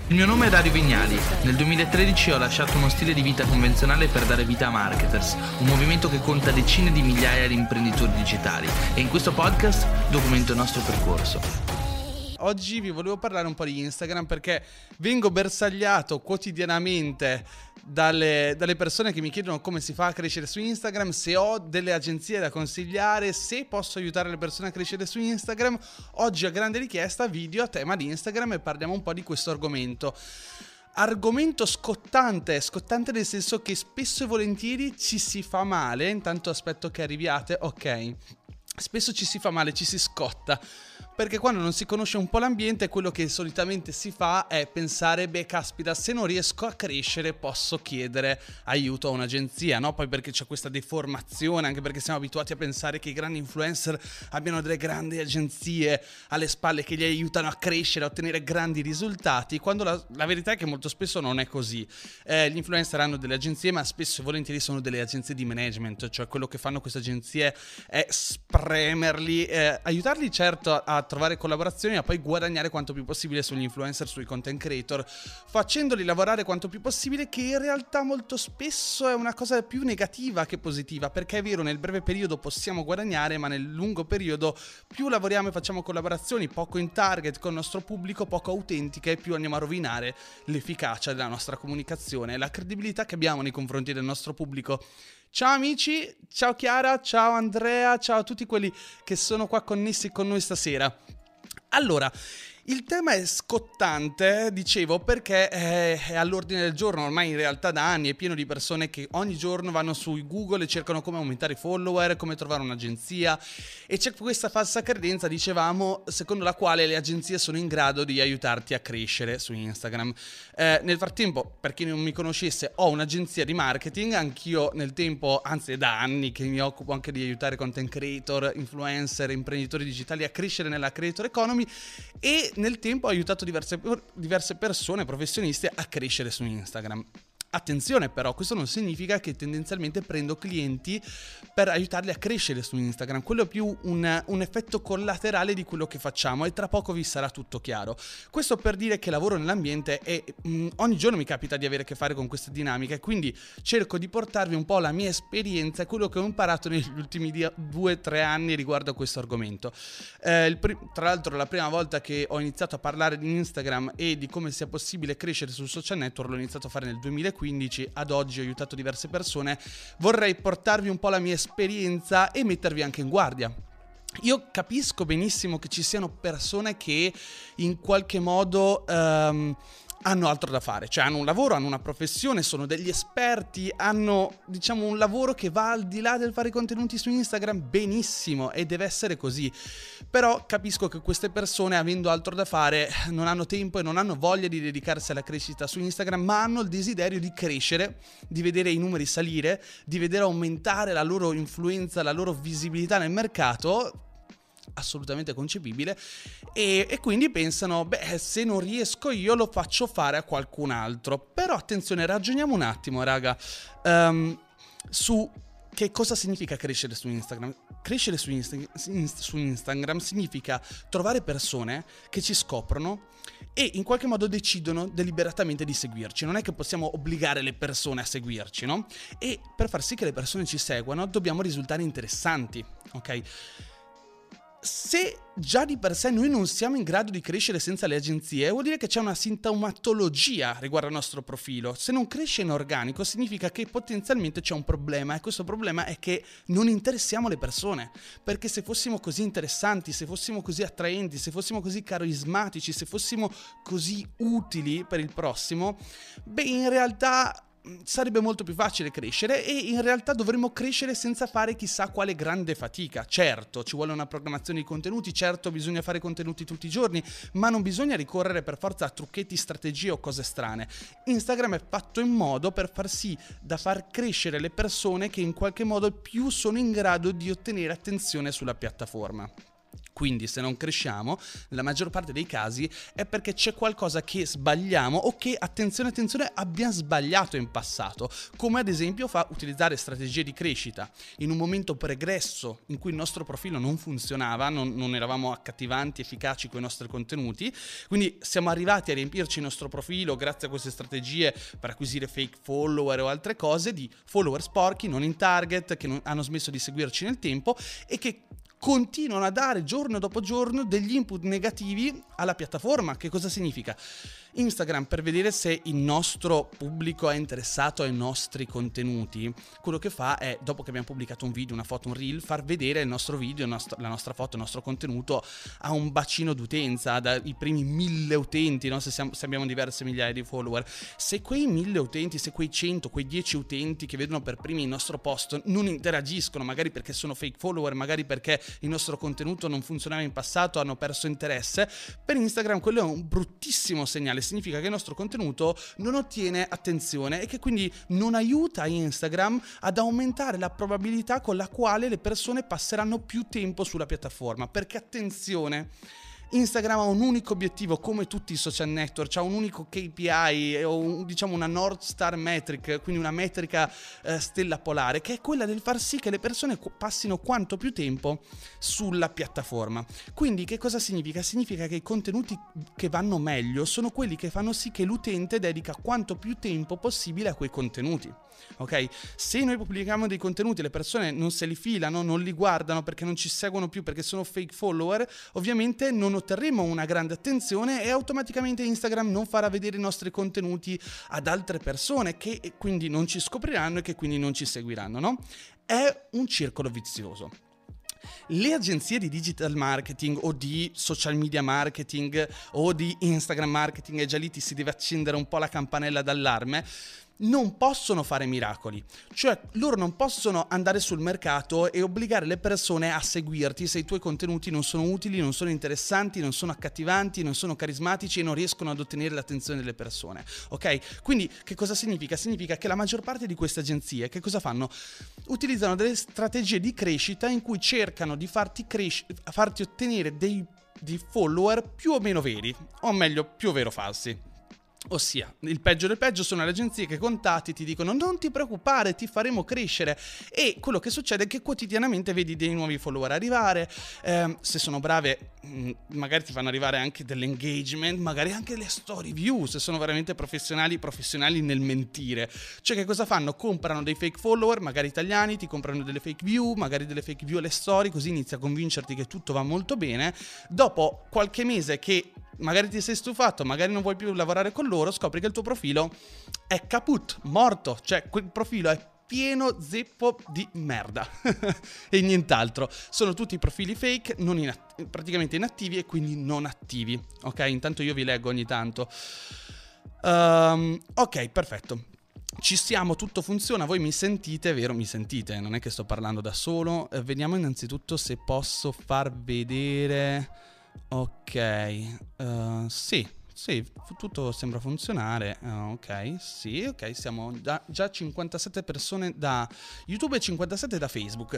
Il mio nome è Dario Vignali. Nel 2013 ho lasciato uno stile di vita convenzionale per dare vita a Marketers, un movimento che conta decine di migliaia di imprenditori digitali, e in questo podcast documento il nostro percorso. Oggi vi volevo parlare un po' di Instagram perché vengo bersagliato quotidianamente dalle persone che mi chiedono come si fa a crescere su Instagram, se ho delle agenzie da consigliare, se posso aiutare le persone a crescere su Instagram. Oggi a grande richiesta video a tema di Instagram e parliamo un po' di questo argomento. Argomento scottante nel senso che spesso e volentieri ci si fa male. Intanto aspetto che arriviate, ok. Spesso ci si fa male, ci si scotta, perché quando non si conosce un po' l'ambiente quello che solitamente si fa è pensare, beh caspita, se non riesco a crescere posso chiedere aiuto a un'agenzia, no? Poi perché c'è questa deformazione, anche perché siamo abituati a pensare che i grandi influencer abbiano delle grandi agenzie alle spalle che li aiutano a crescere, a ottenere grandi risultati, quando la verità è che molto spesso non è così. Gli influencer hanno delle agenzie, ma spesso e volentieri sono delle agenzie di management, cioè quello che fanno queste agenzie è spremerli, aiutarli certo a trovare collaborazioni, ma poi guadagnare quanto più possibile sugli influencer, sui content creator, facendoli lavorare quanto più possibile, che in realtà molto spesso è una cosa più negativa che positiva, perché è vero, nel breve periodo possiamo guadagnare, ma nel lungo periodo più lavoriamo e facciamo collaborazioni poco in target con il nostro pubblico, poco autentiche, più andiamo a rovinare l'efficacia della nostra comunicazione e la credibilità che abbiamo nei confronti del nostro pubblico. Ciao amici, ciao Chiara, ciao Andrea, ciao a tutti quelli che sono qua connessi con noi stasera. Allora, il tema è scottante, dicevo, perché è all'ordine del giorno, ormai in realtà da anni è pieno di persone che ogni giorno vanno su Google e cercano come aumentare i follower, come trovare un'agenzia, e c'è questa falsa credenza, dicevamo, secondo la quale le agenzie sono in grado di aiutarti a crescere su Instagram. Nel frattempo, per chi non mi conoscesse, ho un'agenzia di marketing, anch'io nel tempo, anzi è da anni che mi occupo anche di aiutare content creator, influencer, imprenditori digitali a crescere nella creator economy, e nel tempo ho aiutato diverse persone, professionisti, a crescere su Instagram. Attenzione però, questo non significa che tendenzialmente prendo clienti per aiutarli a crescere su Instagram, quello è più un effetto collaterale di quello che facciamo, e tra poco vi sarà tutto chiaro. Questo per dire che lavoro nell'ambiente e ogni giorno mi capita di avere a che fare con queste dinamiche, quindi cerco di portarvi un po' la mia esperienza e quello che ho imparato negli ultimi 2-3 anni riguardo a questo argomento. Tra l'altro la prima volta che ho iniziato a parlare di Instagram e di come sia possibile crescere sul social network l'ho iniziato a fare nel 2015, ad oggi ho aiutato diverse persone. Vorrei portarvi un po' la mia esperienza e mettervi anche in guardia. Io capisco benissimo che ci siano persone che in qualche modo hanno altro da fare, cioè hanno un lavoro, hanno una professione, sono degli esperti, hanno diciamo un lavoro che va al di là del fare contenuti su Instagram, benissimo, e deve essere così. Però capisco che queste persone, avendo altro da fare, non hanno tempo e non hanno voglia di dedicarsi alla crescita su Instagram, ma hanno il desiderio di crescere, di vedere i numeri salire, di vedere aumentare la loro influenza, la loro visibilità nel mercato. Assolutamente concepibile, e quindi pensano, beh, se non riesco io lo faccio fare a qualcun altro. Però attenzione, ragioniamo un attimo raga, su che cosa significa crescere su Instagram. Crescere su Instagram significa trovare persone che ci scoprono e in qualche modo decidono deliberatamente di seguirci. Non è che possiamo obbligare le persone a seguirci, no? E per far sì che le persone ci seguano dobbiamo risultare interessanti, ok? Se già di per sé noi non siamo in grado di crescere senza le agenzie, vuol dire che c'è una sintomatologia riguardo al nostro profilo. Se non cresce in organico significa che potenzialmente c'è un problema, e questo problema è che non interessiamo le persone, perché se fossimo così interessanti, se fossimo così attraenti, se fossimo così carismatici, se fossimo così utili per il prossimo, beh, in realtà sarebbe molto più facile crescere, e in realtà dovremmo crescere senza fare chissà quale grande fatica. Certo, ci vuole una programmazione di contenuti, certo bisogna fare contenuti tutti i giorni, ma non bisogna ricorrere per forza a trucchetti, strategie o cose strane. Instagram è fatto in modo per far sì da far crescere le persone che in qualche modo più sono in grado di ottenere attenzione sulla piattaforma. Quindi se non cresciamo, nella maggior parte dei casi è perché c'è qualcosa che sbagliamo o che, attenzione, abbiamo sbagliato in passato, come ad esempio utilizzare strategie di crescita in un momento pregresso in cui il nostro profilo non funzionava, non eravamo accattivanti, efficaci con i nostri contenuti, quindi siamo arrivati a riempirci il nostro profilo grazie a queste strategie per acquisire fake follower o altre cose, di follower sporchi, non in target, che hanno smesso di seguirci nel tempo e che continuano a dare giorno dopo giorno degli input negativi alla piattaforma. Che cosa significa? Instagram, per vedere se il nostro pubblico è interessato ai nostri contenuti, quello che fa è, dopo che abbiamo pubblicato un video, una foto, un reel, far vedere il nostro video, la nostra foto, il nostro contenuto a un bacino d'utenza, dai primi 1000 utenti, no? se abbiamo diverse migliaia di follower. Se quei 1000 utenti, se quei 100, quei 10 utenti che vedono per primi il nostro post non interagiscono, magari perché sono fake follower, magari perché il nostro contenuto non funzionava in passato, hanno perso interesse, per Instagram quello è un bruttissimo segnale. Significa che il nostro contenuto non ottiene attenzione e che quindi non aiuta Instagram ad aumentare la probabilità con la quale le persone passeranno più tempo sulla piattaforma. Perché attenzione, Instagram ha un unico obiettivo, come tutti i social network, ha un unico KPI o diciamo una North Star metric, quindi una metrica stella polare, che è quella del far sì che le persone passino quanto più tempo sulla piattaforma. Quindi che cosa significa? Significa che i contenuti che vanno meglio sono quelli che fanno sì che l'utente dedica quanto più tempo possibile a quei contenuti. Ok? Se noi pubblichiamo dei contenuti e le persone non se li filano, non li guardano perché non ci seguono più, perché sono fake follower, ovviamente non otterremo una grande attenzione e automaticamente Instagram non farà vedere i nostri contenuti ad altre persone che quindi non ci scopriranno e che quindi non ci seguiranno, no? È un circolo vizioso. Le agenzie di digital marketing o di social media marketing o di Instagram marketing, e già lì ti si deve accendere un po' la campanella d'allarme, non possono fare miracoli. Cioè loro non possono andare sul mercato e obbligare le persone a seguirti se i tuoi contenuti non sono utili, non sono interessanti, non sono accattivanti, non sono carismatici e non riescono ad ottenere l'attenzione delle persone. Ok? Quindi che cosa significa? Significa che la maggior parte di queste agenzie che cosa fanno? Utilizzano delle strategie di crescita in cui cercano di farti ottenere dei follower più o meno veri, o meglio più o meno falsi. Ossia, il peggio del peggio sono le agenzie che contatti e ti dicono non ti preoccupare, ti faremo crescere, e quello che succede è che quotidianamente vedi dei nuovi follower arrivare, se sono brave magari ti fanno arrivare anche dell'engagement, magari anche le story view, se sono veramente professionali nel mentire. Cioè che cosa fanno? Comprano dei fake follower, magari italiani, ti comprano delle fake view, magari delle fake view alle story, così inizia a convincerti che tutto va molto bene. Dopo qualche mese che magari ti sei stufato, magari non vuoi più lavorare con loro, scopri che il tuo profilo è caput, morto, cioè quel profilo è pieno zeppo di merda e nient'altro. Sono tutti profili fake, praticamente inattivi e quindi non attivi. Ok, intanto io vi leggo ogni tanto. Ok, perfetto. Ci siamo, tutto funziona, voi mi sentite, vero? Mi sentite, non è che sto parlando da solo. Vediamo innanzitutto se posso far vedere. Ok, sì, tutto sembra funzionare. Ok, sì, ok, siamo già 57 persone da YouTube e 57 da Facebook.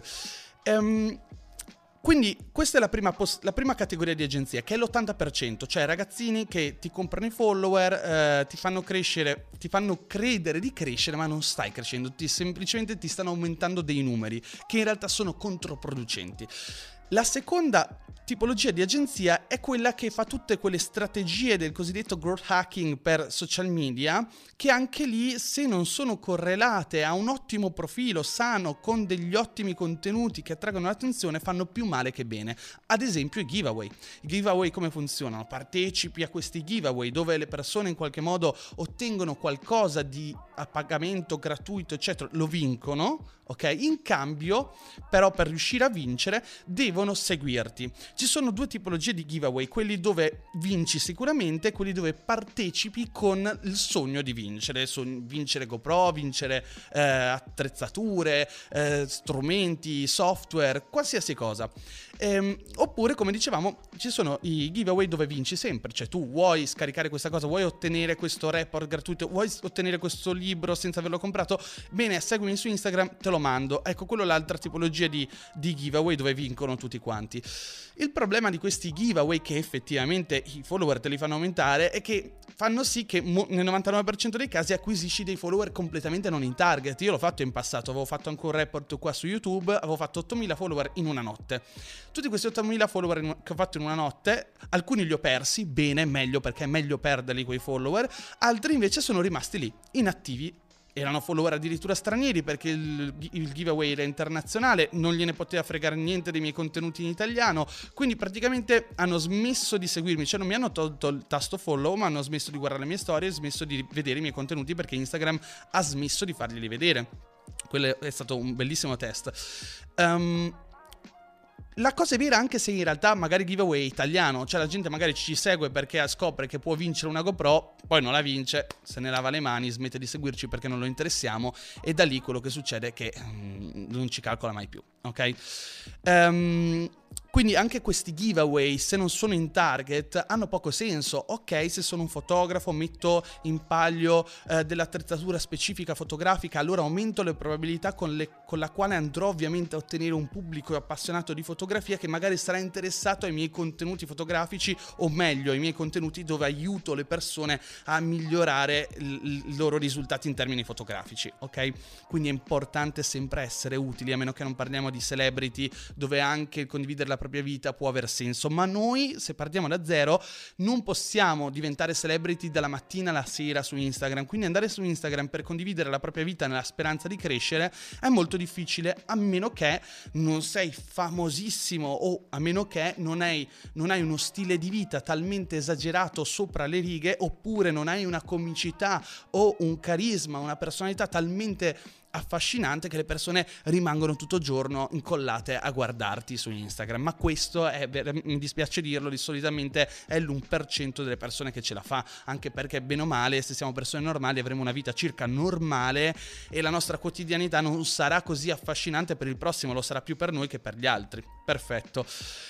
Quindi questa è la prima categoria di agenzie, che è l'80%, cioè ragazzini che ti comprano i follower, ti fanno crescere, ti fanno credere di crescere, ma non stai crescendo, semplicemente ti stanno aumentando dei numeri che in realtà sono controproducenti. La seconda tipologia di agenzia è quella che fa tutte quelle strategie del cosiddetto growth hacking per social media, che anche lì, se non sono correlate a un ottimo profilo sano con degli ottimi contenuti che attraggono l'attenzione, fanno più male che bene. Ad esempio i giveaway. I giveaway come funzionano? Partecipi a questi giveaway dove le persone in qualche modo ottengono qualcosa di a pagamento gratuito, eccetera, lo vincono, ok? In cambio, però, per riuscire a vincere devono seguirti. Ci sono due tipologie di giveaway, quelli dove vinci sicuramente e quelli dove partecipi con il sogno di vincere, vincere GoPro, vincere attrezzature, strumenti, software, qualsiasi cosa. Oppure, come dicevamo, ci sono i giveaway dove vinci sempre, cioè tu vuoi scaricare questa cosa, vuoi ottenere questo report gratuito, vuoi ottenere questo libro senza averlo comprato, bene, seguimi su Instagram, te lo mando. Ecco, quello è l'altra tipologia di giveaway dove vincono tutti quanti. Il problema di questi giveaway, che effettivamente i follower te li fanno aumentare, è che fanno sì che nel 99% dei casi acquisisci dei follower completamente non in target. Io l'ho fatto in passato, avevo fatto anche un report qua su YouTube, avevo fatto 8.000 follower in una notte. Tutti questi 8.000 follower che ho fatto in una notte, alcuni li ho persi, bene, meglio, perché è meglio perderli quei follower, altri invece sono rimasti lì, inattivi. Erano follower addirittura stranieri, perché il giveaway era internazionale, non gliene poteva fregare niente dei miei contenuti in italiano, quindi praticamente hanno smesso di seguirmi, cioè non mi hanno tolto il tasto follow, ma hanno smesso di guardare le mie storie, smesso di vedere i miei contenuti, perché Instagram ha smesso di farglieli vedere. Quello è stato un bellissimo test. La cosa è vera, anche se in realtà magari giveaway è italiano, cioè la gente magari ci segue perché scopre che può vincere una GoPro, poi non la vince, se ne lava le mani, smette di seguirci perché non lo interessiamo, e da lì quello che succede è che non ci calcola mai più, ok? Quindi anche questi giveaway, se non sono in target, hanno poco senso. Ok, se sono un fotografo, metto in palio dell'attrezzatura specifica fotografica, allora aumento le probabilità con la quale andrò ovviamente a ottenere un pubblico appassionato di fotografia che magari sarà interessato ai miei contenuti fotografici, o meglio, ai miei contenuti dove aiuto le persone a migliorare i loro risultati in termini fotografici, ok? Quindi è importante sempre essere utili, a meno che non parliamo di celebrity, dove anche condividere la propria vita può aver senso, ma noi, se partiamo da zero, non possiamo diventare celebrity dalla mattina alla sera su Instagram. Quindi andare su Instagram per condividere la propria vita nella speranza di crescere è molto difficile, a meno che non sei famosissimo, o a meno che non hai uno stile di vita talmente esagerato sopra le righe, oppure non hai una comicità o un carisma, una personalità talmente affascinante che le persone rimangono tutto il giorno incollate a guardarti su Instagram. Ma questo è, mi dispiace dirlo, solitamente è l'1% delle persone che ce la fa, anche perché bene o male, se siamo persone normali, avremo una vita circa normale e la nostra quotidianità non sarà così affascinante per il prossimo, lo sarà più per noi che per gli altri. Perfetto.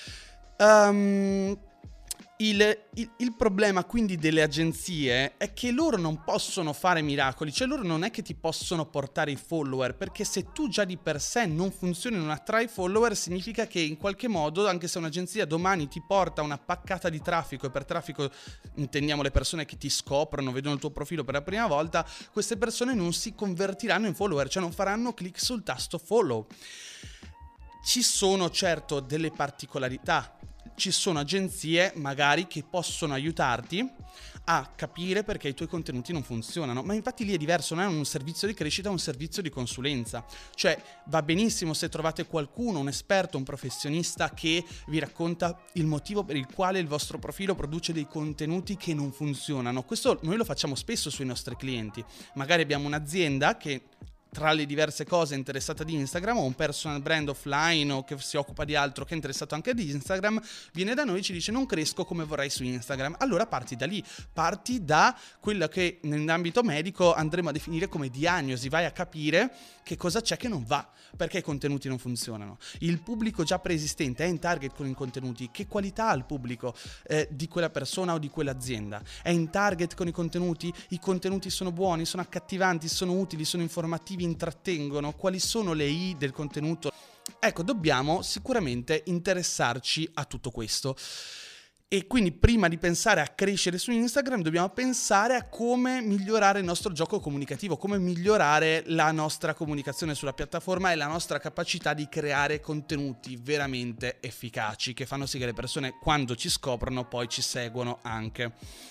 Il problema quindi delle agenzie è che loro non possono fare miracoli, cioè loro non è che ti possono portare i follower, perché se tu già di per sé non funzioni, non attrai follower, significa che in qualche modo, anche se un'agenzia domani ti porta una paccata di traffico, e per traffico intendiamo le persone che ti scoprono, vedono il tuo profilo per la prima volta, queste persone non si convertiranno in follower, cioè non faranno click sul tasto follow. Ci sono certo delle particolarità. Ci sono agenzie magari che possono aiutarti a capire perché i tuoi contenuti non funzionano, ma infatti lì è diverso, non è un servizio di crescita, è un servizio di consulenza. Cioè va benissimo se trovate qualcuno, un esperto, un professionista che vi racconta il motivo per il quale il vostro profilo produce dei contenuti che non funzionano. Questo noi lo facciamo spesso sui nostri clienti. Magari abbiamo un'azienda che tra le diverse cose è interessata di Instagram, o un personal brand offline o che si occupa di altro che è interessato anche di Instagram, viene da noi e ci dice non cresco come vorrei su Instagram. Allora parti da lì, parti da quella che nell'ambito medico andremo a definire come diagnosi, vai a capire che cosa c'è che non va, perché i contenuti non funzionano. Il pubblico già preesistente è in target con i contenuti, che qualità ha il pubblico di quella persona o di quell'azienda? È in target con i contenuti sono buoni, sono accattivanti, sono utili, sono informativi, intrattengono, quali sono le I del contenuto? Ecco, dobbiamo sicuramente interessarci a tutto questo. E quindi prima di pensare a crescere su Instagram dobbiamo pensare a come migliorare il nostro gioco comunicativo, come migliorare la nostra comunicazione sulla piattaforma e la nostra capacità di creare contenuti veramente efficaci che fanno sì che le persone, quando ci scoprono, poi ci seguono anche.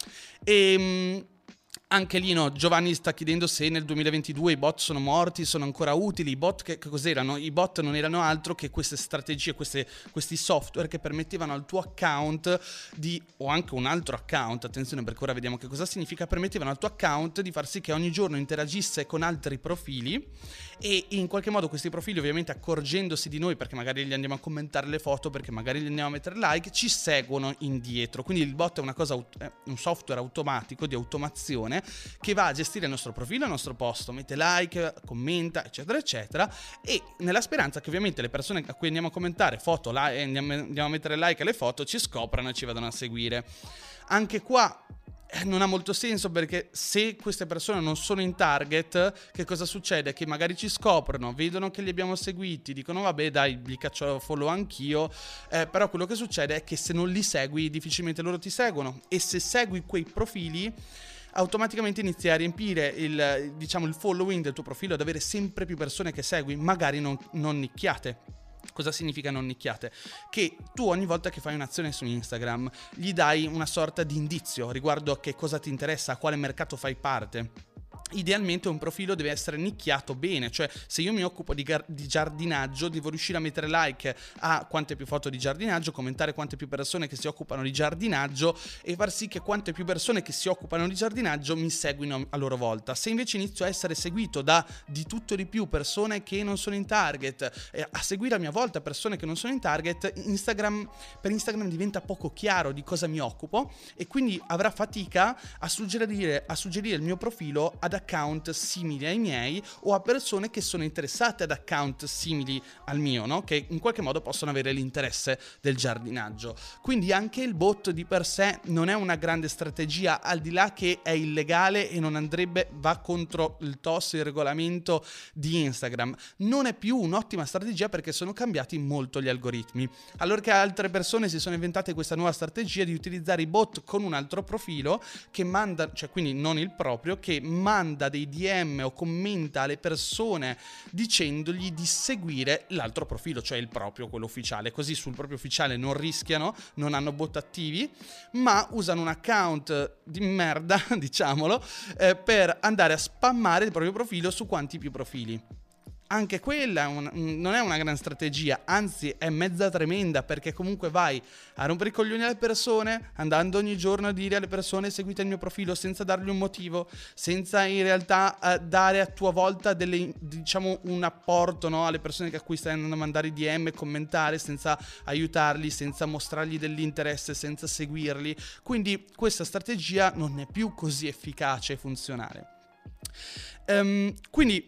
Anche lì Giovanni sta chiedendo se nel 2022 i bot sono morti, sono ancora utili. I bot che cos'erano? I bot non erano altro che queste strategie, questi software che permettevano al tuo account o anche un altro account, attenzione perché ora vediamo che cosa significa, permettevano al tuo account di far sì che ogni giorno interagisse con altri profili, e in qualche modo questi profili, ovviamente accorgendosi di noi perché magari gli andiamo a commentare le foto, perché magari gli andiamo a mettere like, ci seguono indietro. Quindi il bot è una cosa, è un software automatico di automazione che va a gestire il nostro profilo, il nostro post, mette like, commenta, eccetera, eccetera, e nella speranza che ovviamente le persone a cui andiamo a commentare foto, andiamo a mettere like alle foto, ci scoprano e ci vadano a seguire. Anche qua non ha molto senso, perché se queste persone non sono in target, che cosa succede? Che magari ci scoprono, vedono che li abbiamo seguiti, dicono vabbè dai, li caccio follow anch'io, però quello che succede è che se non li segui difficilmente loro ti seguono, e se segui quei profili automaticamente inizi a riempire il following del tuo profilo, ad avere sempre più persone che segui, magari non nicchiate. Cosa significa non nicchiate? Che tu ogni volta che fai un'azione su Instagram gli dai una sorta di indizio riguardo a che cosa ti interessa, a quale mercato fai parte. Idealmente un profilo deve essere nicchiato bene, cioè se io mi occupo di giardinaggio devo riuscire a mettere like a quante più foto di giardinaggio, commentare quante più persone che si occupano di giardinaggio e far sì che quante più persone che si occupano di giardinaggio mi seguino a loro volta. Se invece inizio a essere seguito da di tutto di più persone che non sono in target, a seguire a mia volta persone che non sono in target, per Instagram diventa poco chiaro di cosa mi occupo, e quindi avrà fatica a suggerire il mio profilo ad account simili ai miei o a persone che sono interessate ad account simili al mio, no? Che in qualche modo possono avere l'interesse del giardinaggio. Quindi anche il bot di per sé non è una grande strategia, al di là che è illegale e non va contro il TOS, il regolamento di Instagram. Non è più un'ottima strategia perché sono cambiati molto gli algoritmi. Allora che altre persone si sono inventate questa nuova strategia di utilizzare i bot con un altro profilo che manda, cioè quindi non il proprio, che manda dei DM o commenta alle persone dicendogli di seguire l'altro profilo, cioè il proprio, quello ufficiale, così sul proprio ufficiale non rischiano, non hanno bot attivi, ma usano un account di merda, diciamolo, per andare a spammare il proprio profilo su quanti più profili. Anche quella non è una gran strategia, anzi è mezza tremenda, perché comunque vai a rompere i coglioni alle persone andando ogni giorno a dire alle persone seguite il mio profilo senza dargli un motivo, senza in realtà dare a tua volta un apporto, no, alle persone a cui stai andando a mandare i DM, commentare, senza aiutarli, senza mostrargli dell'interesse, senza seguirli. Quindi questa strategia non è più così efficace e funzionale. Quindi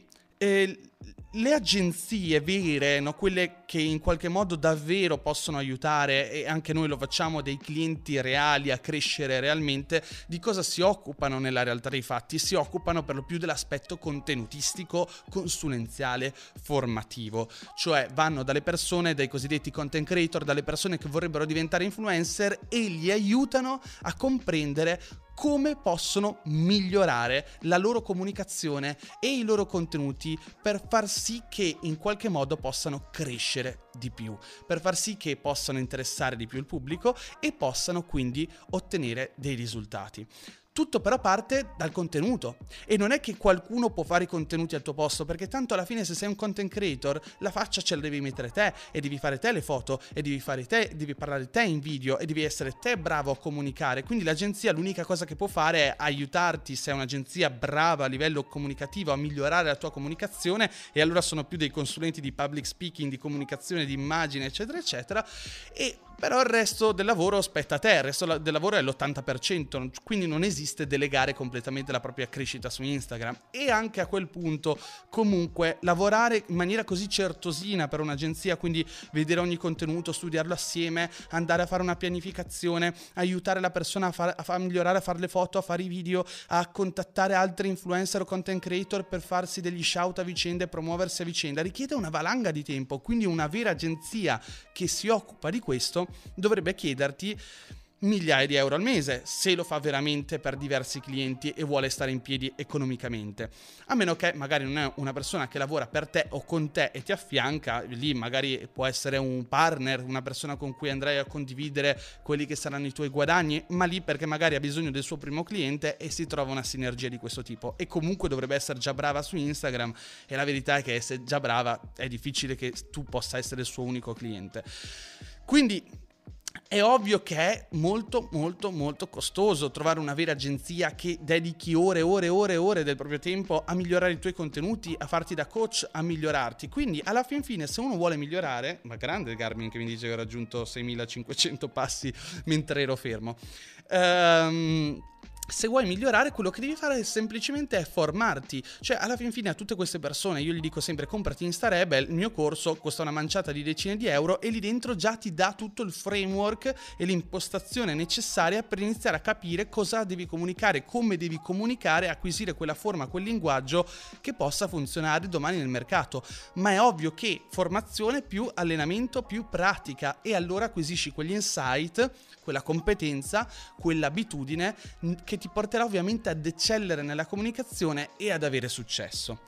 le agenzie vere, no, quelle che in qualche modo davvero possono aiutare, e anche noi lo facciamo, dei clienti reali a crescere realmente, di cosa si occupano nella realtà dei fatti? Si occupano per lo più dell'aspetto contenutistico, consulenziale, formativo, cioè vanno dalle persone, dai cosiddetti content creator, dalle persone che vorrebbero diventare influencer, e li aiutano a comprendere come possono migliorare la loro comunicazione e i loro contenuti per far sì che in qualche modo possano crescere di più, per far sì che possano interessare di più il pubblico e possano quindi ottenere dei risultati. Tutto però parte dal contenuto, e non è che qualcuno può fare i contenuti al tuo posto, perché tanto alla fine se sei un content creator la faccia ce la devi mettere te, e devi fare te le foto, e devi parlare te in video, e devi essere te bravo a comunicare. Quindi l'agenzia l'unica cosa che può fare è aiutarti, se è un'agenzia brava a livello comunicativo, a migliorare la tua comunicazione, e allora sono più dei consulenti di public speaking, di comunicazione, di immagine, eccetera eccetera, e però il resto del lavoro spetta a te, il resto del lavoro è l'80%, quindi non esiste delegare completamente la propria crescita su Instagram. E anche a quel punto comunque lavorare in maniera così certosina per un'agenzia, quindi vedere ogni contenuto, studiarlo assieme, andare a fare una pianificazione, aiutare la persona a migliorare, a fare le foto, a fare i video, a contattare altri influencer o content creator per farsi degli shout a vicenda e promuoversi a vicenda, richiede una valanga di tempo. Quindi una vera agenzia che si occupa di questo dovrebbe chiederti migliaia di euro al mese, se lo fa veramente per diversi clienti e vuole stare in piedi economicamente. A meno che magari non è una persona che lavora per te o con te e ti affianca, lì magari può essere un partner, una persona con cui andrai a condividere quelli che saranno i tuoi guadagni, ma lì perché magari ha bisogno del suo primo cliente e si trova una sinergia di questo tipo. E comunque dovrebbe essere già brava su Instagram, e la verità è che se già brava è difficile che tu possa essere il suo unico cliente. Quindi è ovvio che è molto molto molto costoso trovare una vera agenzia che dedichi ore e ore e ore del proprio tempo a migliorare i tuoi contenuti, a farti da coach, a migliorarti. Quindi alla fin fine, se uno vuole migliorare, ma grande Garmin che mi dice che ho raggiunto 6.500 passi mentre ero fermo, se vuoi migliorare, quello che devi fare semplicemente è formarti. Cioè, alla fin fine, a tutte queste persone io gli dico sempre: comprati InstaRebel, il mio corso costa una manciata di decine di euro e lì dentro già ti dà tutto il framework e l'impostazione necessaria per iniziare a capire cosa devi comunicare, come devi comunicare, acquisire quella forma, quel linguaggio che possa funzionare domani nel mercato. Ma è ovvio che formazione più allenamento più pratica, e allora acquisisci quegli insight, quella competenza, quell'abitudine che ti porterà ovviamente ad eccellere nella comunicazione e ad avere successo.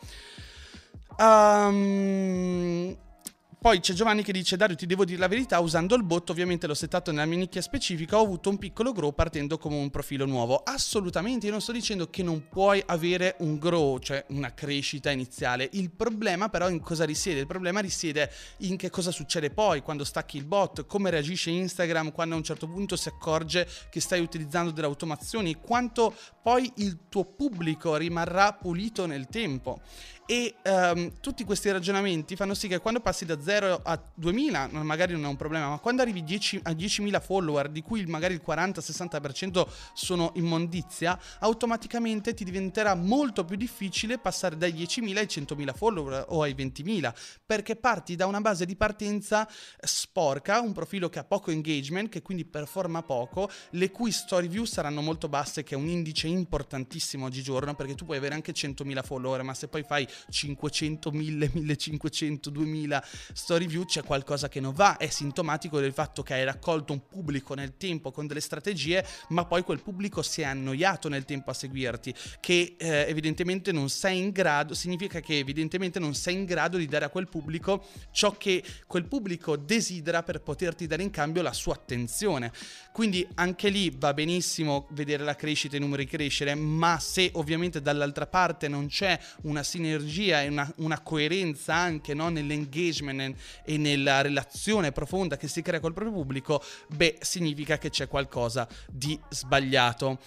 Poi c'è Giovanni che dice: Dario, ti devo dire la verità, usando il bot ovviamente l'ho settato nella mia nicchia specifica, ho avuto un piccolo grow partendo come un profilo nuovo. Assolutamente, io non sto dicendo che non puoi avere un grow, cioè una crescita iniziale. Il problema però in cosa risiede? Il problema risiede in che cosa succede poi quando stacchi il bot, come reagisce Instagram quando a un certo punto si accorge che stai utilizzando delle automazioni, quanto poi il tuo pubblico rimarrà pulito nel tempo. E tutti questi ragionamenti fanno sì che quando passi da 0 a 2000 magari non è un problema, ma quando arrivi a 10.000 follower, di cui magari il 40-60% sono immondizia, automaticamente ti diventerà molto più difficile passare dai 10.000 ai 100.000 follower o ai 20.000, perché parti da una base di partenza sporca, un profilo che ha poco engagement, che quindi performa poco, le cui story view saranno molto basse, che è un indice importantissimo oggigiorno, perché tu puoi avere anche 100.000 follower, ma se poi fai 500, 1000, 1500, 2000 story view c'è qualcosa che non va. È sintomatico del fatto che hai raccolto un pubblico nel tempo con delle strategie, ma poi quel pubblico si è annoiato nel tempo a seguirti, che evidentemente non sei in grado, significa che evidentemente non sei in grado di dare a quel pubblico ciò che quel pubblico desidera per poterti dare in cambio la sua attenzione. Quindi anche lì va benissimo vedere la crescita, i numeri crescere, ma se ovviamente dall'altra parte non c'è una sinergia e una coerenza anche, no, nell'engagement e nella relazione profonda che si crea col proprio pubblico, beh, significa che c'è qualcosa di sbagliato.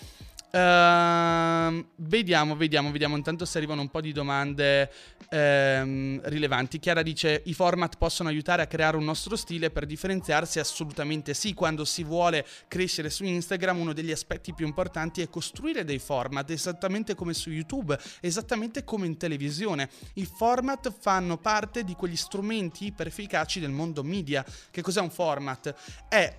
Vediamo, intanto se arrivano un po' di domande rilevanti. Chiara dice: i format possono aiutare a creare un nostro stile per differenziarsi? Assolutamente sì. Quando si vuole crescere su Instagram, uno degli aspetti più importanti è costruire dei format, esattamente come su YouTube, esattamente come in televisione. I format fanno parte di quegli strumenti iper efficaci del mondo media. Che cos'è un format? È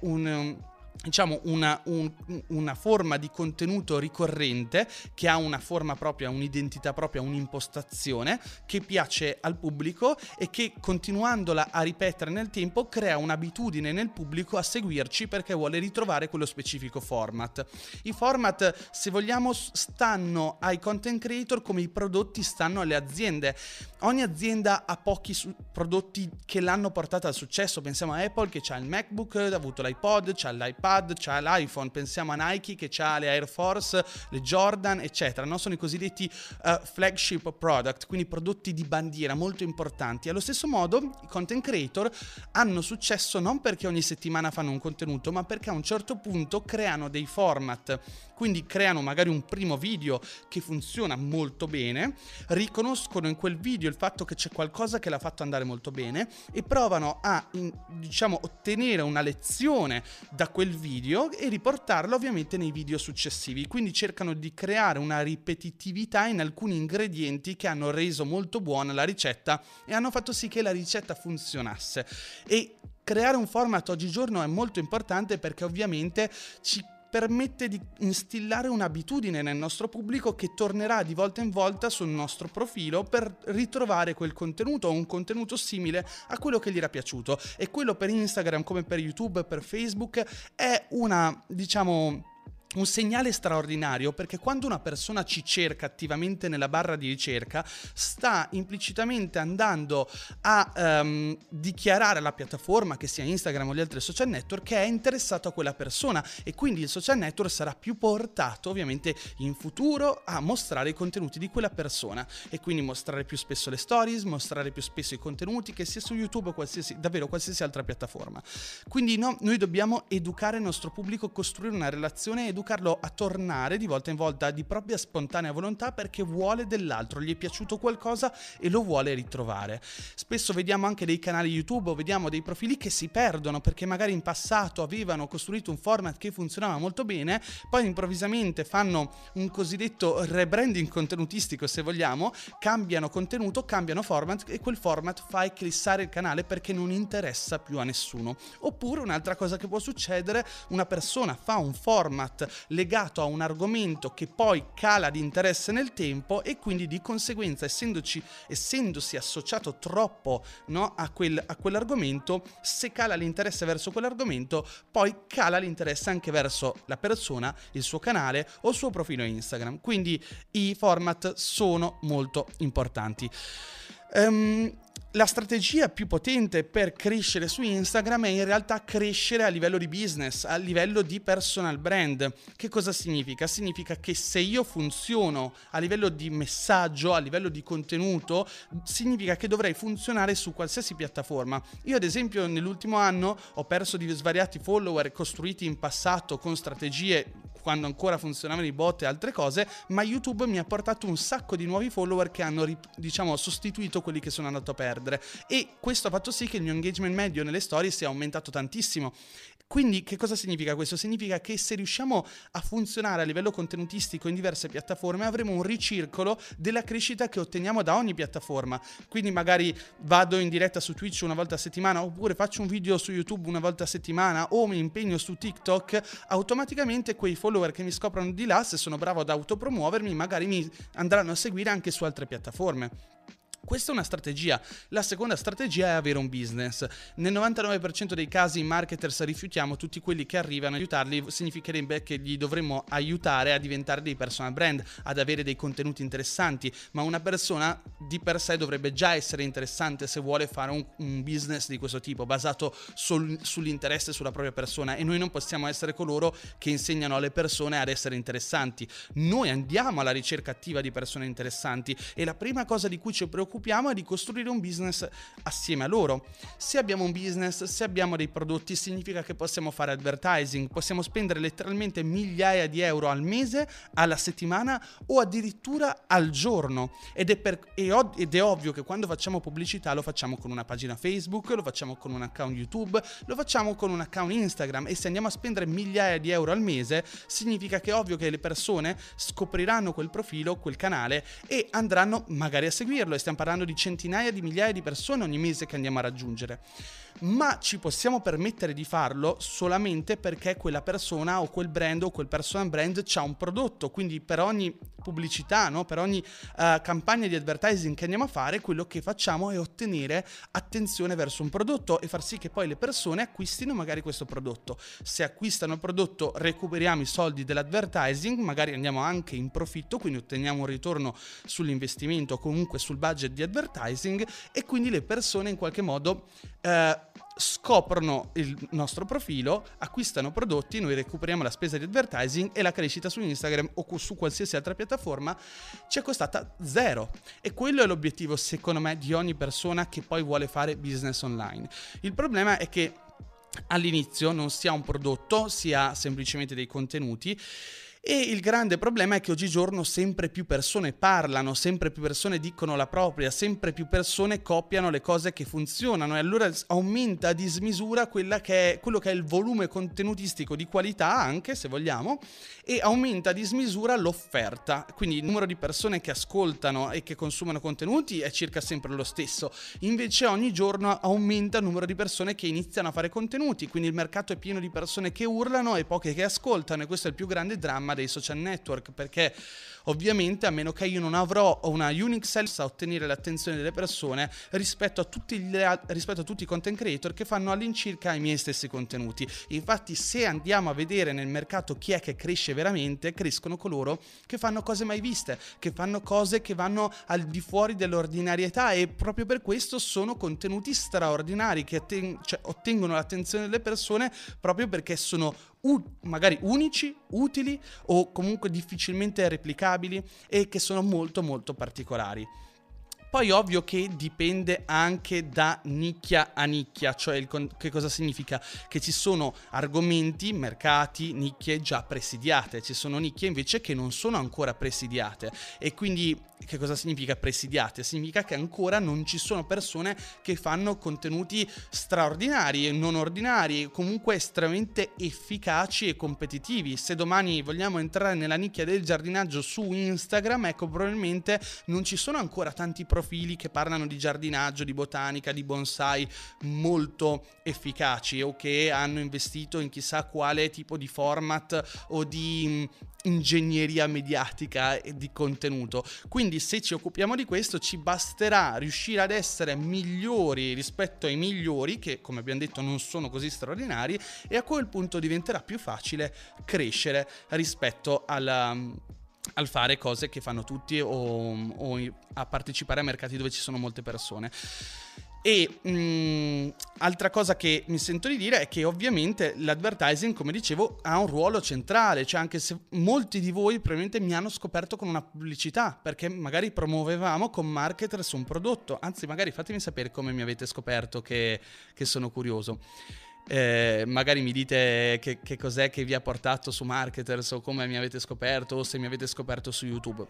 una forma di contenuto ricorrente che ha una forma propria, un'identità propria, un'impostazione che piace al pubblico e che, continuandola a ripetere nel tempo, crea un'abitudine nel pubblico a seguirci perché vuole ritrovare quello specifico format. I format, se vogliamo, stanno ai content creator come i prodotti stanno alle aziende. Ogni azienda ha pochi prodotti che l'hanno portata al successo. Pensiamo a Apple che ha il MacBook, ha avuto l'iPod, c'ha l'iPad, c'ha l'iPhone. Pensiamo a Nike che ha le Air Force, le Jordan, eccetera. No? Sono i cosiddetti flagship product, quindi prodotti di bandiera molto importanti. Allo stesso modo i content creator hanno successo non perché ogni settimana fanno un contenuto, ma perché a un certo punto creano dei format. Quindi creano magari un primo video che funziona molto bene, riconoscono in quel video il fatto che c'è qualcosa che l'ha fatto andare molto bene e provano a ottenere una lezione da quel video e riportarlo ovviamente nei video successivi. Quindi cercano di creare una ripetitività in alcuni ingredienti che hanno reso molto buona la ricetta e hanno fatto sì che la ricetta funzionasse. E creare un format oggigiorno è molto importante perché ovviamente ci permette di instillare un'abitudine nel nostro pubblico che tornerà di volta in volta sul nostro profilo per ritrovare quel contenuto o un contenuto simile a quello che gli era piaciuto. E quello per Instagram come per YouTube, per Facebook è un segnale straordinario, perché quando una persona ci cerca attivamente nella barra di ricerca sta implicitamente andando a dichiarare alla piattaforma, che sia Instagram o gli altri social network, che è interessato a quella persona e quindi il social network sarà più portato ovviamente in futuro a mostrare i contenuti di quella persona e quindi mostrare più spesso le stories, mostrare più spesso i contenuti, che sia su YouTube o qualsiasi altra piattaforma. Quindi noi dobbiamo educare il nostro pubblico, costruire una relazione, educare educarlo a tornare di volta in volta di propria spontanea volontà perché vuole dell'altro, gli è piaciuto qualcosa e lo vuole ritrovare. Spesso vediamo anche dei canali YouTube o vediamo dei profili che si perdono perché magari in passato avevano costruito un format che funzionava molto bene, poi improvvisamente fanno un cosiddetto rebranding contenutistico, se vogliamo, cambiano contenuto, cambiano format e quel format fa eclissare il canale perché non interessa più a nessuno. Oppure un'altra cosa che può succedere, una persona fa un format legato a un argomento che poi cala di interesse nel tempo e quindi di conseguenza essendosi associato troppo, no, a quell'argomento, se cala l'interesse verso quell'argomento poi cala l'interesse anche verso la persona, il suo canale o il suo profilo Instagram. Quindi i format sono molto importanti. La strategia più potente per crescere su Instagram è in realtà crescere a livello di business, a livello di personal brand. Che cosa significa? Significa che se io funziono a livello di messaggio, a livello di contenuto, significa che dovrei funzionare su qualsiasi piattaforma. Io ad esempio nell'ultimo anno ho perso di svariati follower costruiti in passato con strategie quando ancora funzionavano i bot e altre cose, ma YouTube mi ha portato un sacco di nuovi follower che hanno sostituito quelli che sono andato a perdere, e questo ha fatto sì che il mio engagement medio nelle storie sia aumentato tantissimo. Quindi che cosa significa questo? Significa che se riusciamo a funzionare a livello contenutistico in diverse piattaforme avremo un ricircolo della crescita che otteniamo da ogni piattaforma. Quindi magari vado in diretta su Twitch una volta a settimana, oppure faccio un video su YouTube una volta a settimana, o mi impegno su TikTok, automaticamente quei follower che mi scoprono di là, se sono bravo ad autopromuovermi, magari mi andranno a seguire anche su altre piattaforme. Questa è una strategia. La seconda strategia è avere un business. Nel 99% dei casi i marketers rifiutiamo tutti quelli che arrivano. Aiutarli significherebbe che gli dovremmo aiutare a diventare dei personal brand, ad avere dei contenuti interessanti, ma una persona di per sé dovrebbe già essere interessante se vuole fare un business di questo tipo, basato sull'interesse e sulla propria persona, e noi non possiamo essere coloro che insegnano alle persone ad essere interessanti. Noi andiamo alla ricerca attiva di persone interessanti e la prima cosa di cui ci preoccupiamo è di costruire un business assieme a loro. Se abbiamo un business, se abbiamo dei prodotti, significa che possiamo fare advertising, possiamo spendere letteralmente migliaia di euro al mese, alla settimana o addirittura al giorno, ed è ovvio che quando facciamo pubblicità lo facciamo con una pagina Facebook, lo facciamo con un account YouTube, lo facciamo con un account Instagram, e se andiamo a spendere migliaia di euro al mese significa che è ovvio che le persone scopriranno quel profilo, quel canale, e andranno magari a seguirlo, e stiamo parlando di centinaia di migliaia di persone ogni mese che andiamo a raggiungere. Ma ci possiamo permettere di farlo solamente perché quella persona o quel brand o quel personal brand c'ha un prodotto. Quindi per ogni pubblicità, no? Per ogni campagna di advertising che andiamo a fare, quello che facciamo è ottenere attenzione verso un prodotto e far sì che poi le persone acquistino magari questo prodotto. Se acquistano il prodotto recuperiamo i soldi dell'advertising, magari andiamo anche in profitto, quindi otteniamo un ritorno sull'investimento o comunque sul budget di advertising, e quindi le persone in qualche modo scoprono il nostro profilo, acquistano prodotti, noi recuperiamo la spesa di advertising e la crescita su Instagram o su qualsiasi altra piattaforma ci è costata zero. E quello è l'obiettivo, secondo me, di ogni persona che poi vuole fare business online. Il problema è che all'inizio non si ha un prodotto, si ha semplicemente dei contenuti. E il grande problema è che oggigiorno sempre più persone parlano, sempre più persone dicono la propria, sempre più persone copiano le cose che funzionano, e allora aumenta a dismisura quello che è il volume contenutistico di qualità, anche se vogliamo, e aumenta a dismisura l'offerta. Quindi il numero di persone che ascoltano e che consumano contenuti è circa sempre lo stesso, invece ogni giorno aumenta il numero di persone che iniziano a fare contenuti, quindi il mercato è pieno di persone che urlano e poche che ascoltano, e questo è il più grande dramma dei social network, perché ovviamente a meno che io non avrò una unique selling a ottenere l'attenzione delle persone rispetto a tutti i content creator che fanno all'incirca i miei stessi contenuti. Infatti se andiamo a vedere nel mercato chi è che cresce veramente, crescono coloro che fanno cose mai viste, che fanno cose che vanno al di fuori dell'ordinarietà, e proprio per questo sono contenuti straordinari che ottengono l'attenzione delle persone proprio perché sono magari unici, utili o comunque difficilmente replicabili, e che sono molto molto particolari. Poi ovvio che dipende anche da nicchia a nicchia, cioè che cosa significa? Che ci sono argomenti, mercati, nicchie già presidiate, ci sono nicchie invece che non sono ancora presidiate, e quindi che cosa significa presidiate? Significa che ancora non ci sono persone che fanno contenuti straordinari, non ordinari, comunque estremamente efficaci e competitivi. Se domani vogliamo entrare nella nicchia del giardinaggio su Instagram, ecco, probabilmente non ci sono ancora tanti profili che parlano di giardinaggio, di botanica, di bonsai molto efficaci, o che hanno investito in chissà quale tipo di format o di ingegneria mediatica e di contenuto. Quindi se ci occupiamo di questo ci basterà riuscire ad essere migliori rispetto ai migliori, che come abbiamo detto non sono così straordinari, e a quel punto diventerà più facile crescere rispetto al fare cose che fanno tutti o a partecipare a mercati dove ci sono molte persone. E altra cosa che mi sento di dire è che ovviamente l'advertising, come dicevo, ha un ruolo centrale, cioè anche se molti di voi probabilmente mi hanno scoperto con una pubblicità, perché magari promuovevamo con marketer su un prodotto, anzi magari fatemi sapere come mi avete scoperto, che sono curioso. Magari mi dite che cos'è che vi ha portato su Marketers, o come mi avete scoperto, o se mi avete scoperto su YouTube.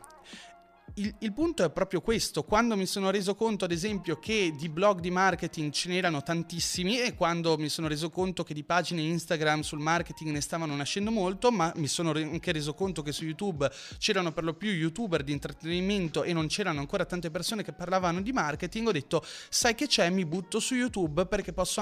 Il punto è proprio questo: quando mi sono reso conto ad esempio che di blog di marketing ce n'erano tantissimi, e quando mi sono reso conto che di pagine Instagram sul marketing ne stavano nascendo molto, ma mi sono anche reso conto che su YouTube c'erano per lo più youtuber di intrattenimento e non c'erano ancora tante persone che parlavano di marketing, ho detto sai che c'è, mi butto su YouTube perché posso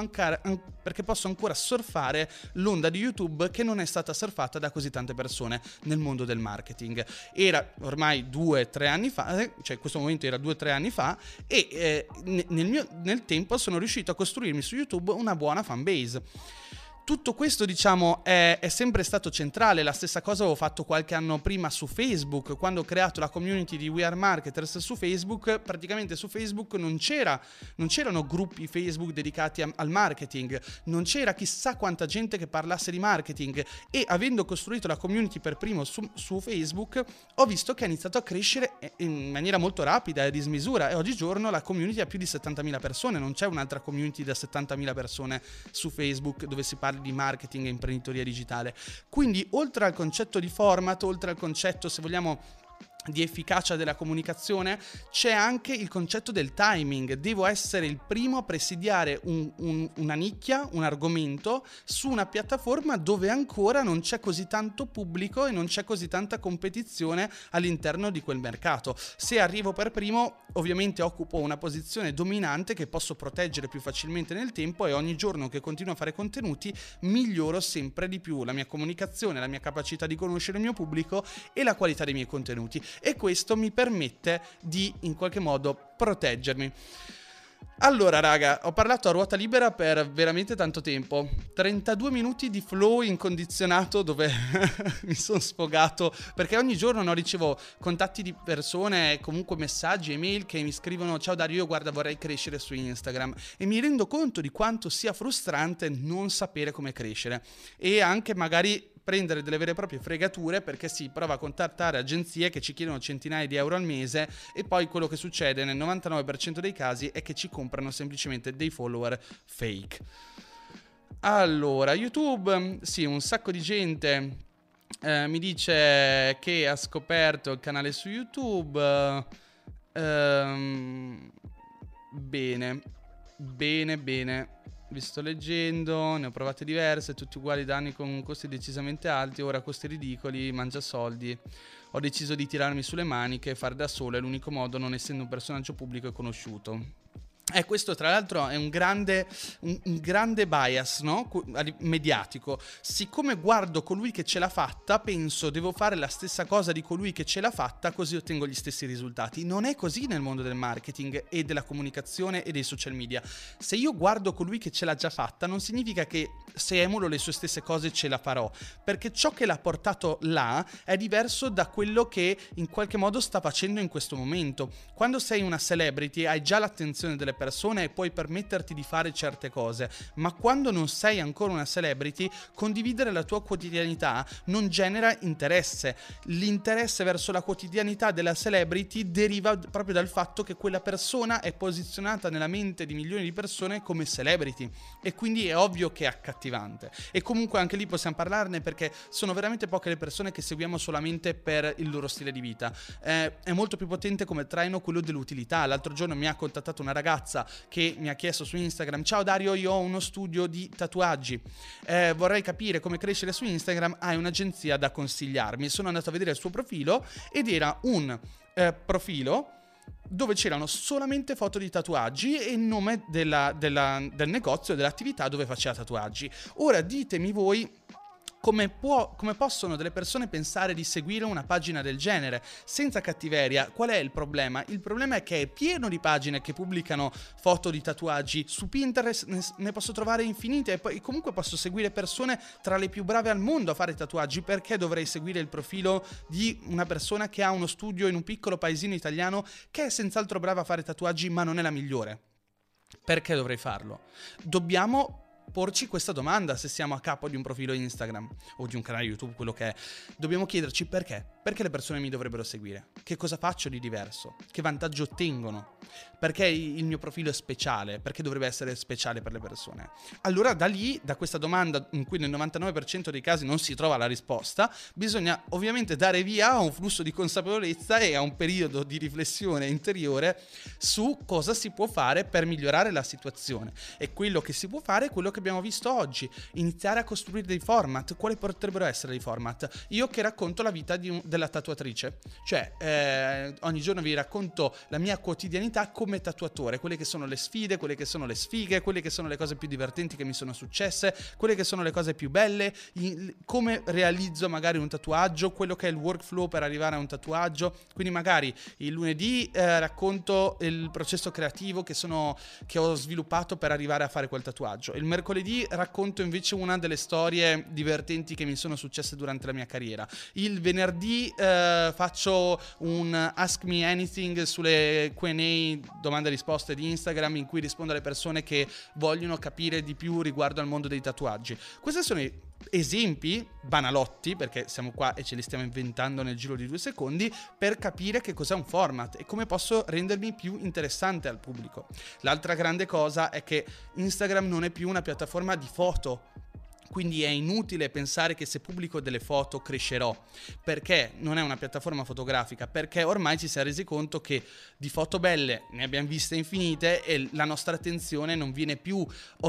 ancora surfare l'onda di YouTube che non è stata surfata da così tante persone nel mondo del marketing. Era ormai 2-3 anni fa, cioè questo momento era 2-3 anni fa, e nel tempo sono riuscito a costruirmi su YouTube una buona fanbase. Tutto questo, diciamo, è sempre stato centrale. La stessa cosa avevo fatto qualche anno prima su Facebook, quando ho creato la community di We Are Marketers su Facebook. Praticamente su Facebook non c'erano gruppi Facebook dedicati al marketing, non c'era chissà quanta gente che parlasse di marketing, e avendo costruito la community per primo su Facebook ho visto che ha iniziato a crescere in maniera molto rapida e a dismisura, e oggigiorno la community ha più di 70.000 persone. Non c'è un'altra community da 70.000 persone su Facebook dove si parla di marketing e imprenditoria digitale. Quindi oltre al concetto di format, oltre al concetto, se vogliamo, di efficacia della comunicazione, c'è anche il concetto del timing. Devo essere il primo a presidiare una nicchia, un argomento su una piattaforma dove ancora non c'è così tanto pubblico e non c'è così tanta competizione all'interno di quel mercato. Se arrivo per primo, ovviamente occupo una posizione dominante che posso proteggere più facilmente nel tempo, e ogni giorno che continuo a fare contenuti miglioro sempre di più la mia comunicazione, la mia capacità di conoscere il mio pubblico e la qualità dei miei contenuti. E questo mi permette di, in qualche modo, proteggermi. Allora raga, ho parlato a ruota libera per veramente tanto tempo, 32 minuti di flow incondizionato dove mi sono sfogato, perché ogni giorno ricevo contatti di persone, comunque messaggi, email che mi scrivono: ciao Dario, guarda, vorrei crescere su Instagram, e mi rendo conto di quanto sia frustrante non sapere come crescere, e anche magari prendere delle vere e proprie fregature, perché si prova a contattare agenzie che ci chiedono centinaia di euro al mese, e poi quello che succede nel 99% dei casi è che ci comprano semplicemente dei follower fake. Allora, YouTube, sì, un sacco di gente mi dice che ha scoperto il canale su YouTube. Bene. Vi sto leggendo, ne ho provate diverse, tutti uguali, danni con costi decisamente alti, ora costi ridicoli, mangia soldi. Ho deciso di tirarmi sulle maniche, fare da solo è l'unico modo, non essendo un personaggio pubblico e conosciuto. Questo tra l'altro è un grande bias, no? Mediatico. Siccome guardo colui che ce l'ha fatta, penso devo fare la stessa cosa di colui che ce l'ha fatta, così ottengo gli stessi risultati. Non è così nel mondo del marketing e della comunicazione e dei social media. Se io guardo colui che ce l'ha già fatta, non significa che se emulo le sue stesse cose ce la farò, perché ciò che l'ha portato là è diverso da quello che in qualche modo sta facendo in questo momento. Quando sei una celebrity hai già l'attenzione delle persone e puoi permetterti di fare certe cose, ma quando non sei ancora una celebrity, condividere la tua quotidianità non genera interesse. L'interesse verso la quotidianità della celebrity deriva proprio dal fatto che quella persona è posizionata nella mente di milioni di persone come celebrity, e quindi è ovvio che è accattivante. E comunque anche lì possiamo parlarne, perché sono veramente poche le persone che seguiamo solamente per il loro stile di vita. È molto più potente come traino quello dell'utilità. L'altro giorno mi ha contattato una ragazza che mi ha chiesto su Instagram: ciao Dario, io ho uno studio di tatuaggi, vorrei capire come crescere su Instagram, hai un'agenzia da consigliarmi? Sono andato a vedere il suo profilo ed era un profilo dove c'erano solamente foto di tatuaggi e il nome del negozio, dell'attività dove faceva tatuaggi. Ora ditemi voi come possono delle persone pensare di seguire una pagina del genere senza cattiveria. Qual è il problema? Il problema è che è pieno di pagine che pubblicano foto di tatuaggi. Su Pinterest ne posso trovare infinite, e poi comunque posso seguire persone tra le più brave al mondo a fare tatuaggi. Perché dovrei seguire il profilo di una persona che ha uno studio in un piccolo paesino italiano, che è senz'altro brava a fare tatuaggi ma non è la migliore? Perché dovrei farlo? Dobbiamo porci questa domanda se siamo a capo di un profilo Instagram o di un canale YouTube, quello che è. Dobbiamo chiederci perché. Perché le persone mi dovrebbero seguire? Che cosa faccio di diverso? Che vantaggio ottengono? Perché il mio profilo è speciale? Perché dovrebbe essere speciale per le persone? Allora da lì, da questa domanda in cui nel 99% dei casi non si trova la risposta, bisogna ovviamente dare via a un flusso di consapevolezza e a un periodo di riflessione interiore su cosa si può fare per migliorare la situazione. E quello che si può fare è quello che abbiamo visto oggi: iniziare a costruire dei format. Quali potrebbero essere dei format? Io che racconto la vita della tatuatrice, cioè ogni giorno vi racconto la mia quotidianità come tatuatore, quelle che sono le sfide, quelle che sono le sfighe, quelle che sono le cose più divertenti che mi sono successe, quelle che sono le cose più belle, come realizzo magari un tatuaggio, quello che è il workflow per arrivare a un tatuaggio. Quindi magari il lunedì racconto il processo creativo che ho sviluppato per arrivare a fare quel tatuaggio. Il mercoledì racconto invece una delle storie divertenti che mi sono successe durante la mia carriera. Il venerdì faccio un Ask Me Anything sulle Q&A, domande e risposte di Instagram, in cui rispondo alle persone che vogliono capire di più riguardo al mondo dei tatuaggi. Questi sono esempi banalotti, perché siamo qua e ce li stiamo inventando nel giro di 2 secondi, per capire che cos'è un format e come posso rendermi più interessante al pubblico. L'altra grande cosa è che Instagram non è più una piattaforma di foto. Quindi è inutile pensare che se pubblico delle foto crescerò, perché non è una piattaforma fotografica, perché ormai ci si è resi conto che di foto belle ne abbiamo viste infinite e la nostra attenzione non viene più,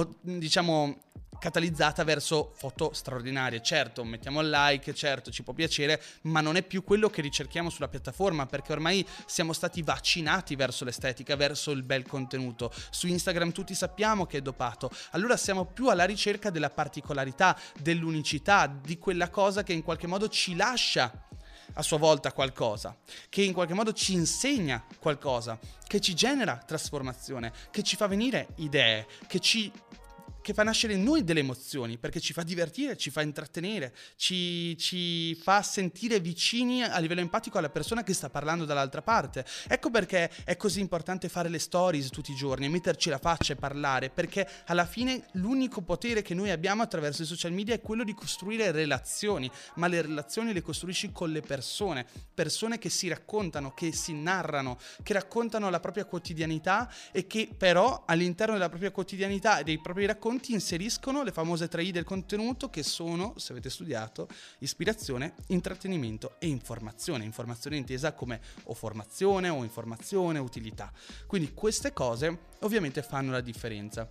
catalizzata verso foto straordinarie. Certo, mettiamo il like, certo, ci può piacere, ma non è più quello che ricerchiamo sulla piattaforma, perché ormai siamo stati vaccinati verso l'estetica, verso il bel contenuto. Su Instagram tutti sappiamo che è dopato, allora siamo più alla ricerca della particolarità, dell'unicità, di quella cosa che in qualche modo ci lascia a sua volta qualcosa, che in qualche modo ci insegna qualcosa, che ci genera trasformazione, che ci fa venire idee, che fa nascere in noi delle emozioni, perché ci fa divertire, ci fa intrattenere, ci fa sentire vicini a livello empatico alla persona che sta parlando dall'altra parte. Ecco perché è così importante fare le stories tutti i giorni, metterci la faccia e parlare, perché alla fine l'unico potere che noi abbiamo attraverso i social media è quello di costruire relazioni, ma le relazioni le costruisci con le persone che si raccontano, che si narrano, che raccontano la propria quotidianità e che però all'interno della propria quotidianità e dei propri racconti inseriscono le famose 3I del contenuto, che sono, se avete studiato, ispirazione, intrattenimento e informazione. Informazione intesa come o formazione o informazione, utilità. Quindi queste cose ovviamente fanno la differenza.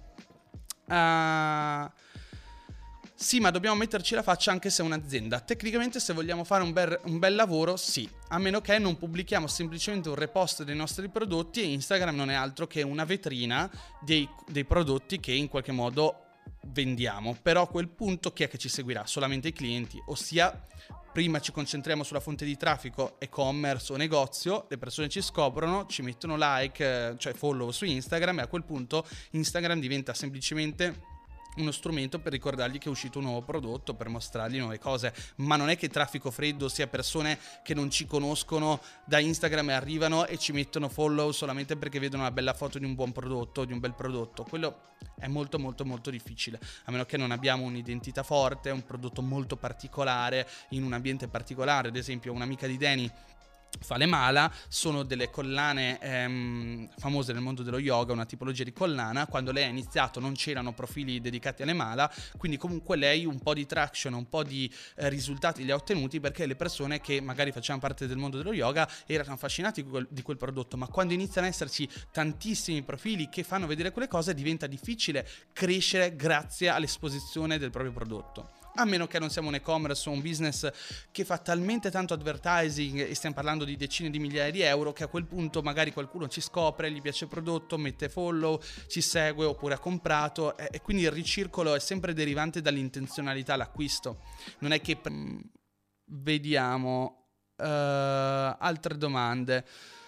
Sì, ma dobbiamo metterci la faccia anche se è un'azienda. Tecnicamente, se vogliamo fare un bel lavoro, sì, a meno che non pubblichiamo semplicemente un repost dei nostri prodotti, e Instagram non è altro che una vetrina dei prodotti che in qualche modo vendiamo. Però a quel punto chi è che ci seguirà? Solamente i clienti, ossia prima ci concentriamo sulla fonte di traffico, e-commerce o negozio, le persone ci scoprono, ci mettono like, cioè follow su Instagram, e a quel punto Instagram diventa semplicemente uno strumento per ricordargli che è uscito un nuovo prodotto, per mostrargli nuove cose. Ma non è che traffico freddo sia persone che non ci conoscono da Instagram e arrivano e ci mettono follow solamente perché vedono una bella foto di un buon prodotto, di un bel prodotto. Quello è molto molto molto difficile, a meno che non abbiamo un'identità forte, un prodotto molto particolare in un ambiente particolare. Ad esempio, un'amica di Dani fa le mala, sono delle collane famose nel mondo dello yoga, una tipologia di collana. Quando lei ha iniziato non c'erano profili dedicati alle mala, quindi comunque lei un po' di traction, un po' di risultati li ha ottenuti, perché le persone che magari facevano parte del mondo dello yoga erano affascinati di quel prodotto. Ma quando iniziano ad esserci tantissimi profili che fanno vedere quelle cose, diventa difficile crescere grazie all'esposizione del proprio prodotto. A meno che non siamo un e-commerce o un business che fa talmente tanto advertising, e stiamo parlando di decine di migliaia di euro, che a quel punto magari qualcuno ci scopre, gli piace il prodotto, mette follow, ci segue oppure ha comprato, e quindi il ricircolo è sempre derivante dall'intenzionalità all'acquisto. Non è che vediamo altre domande.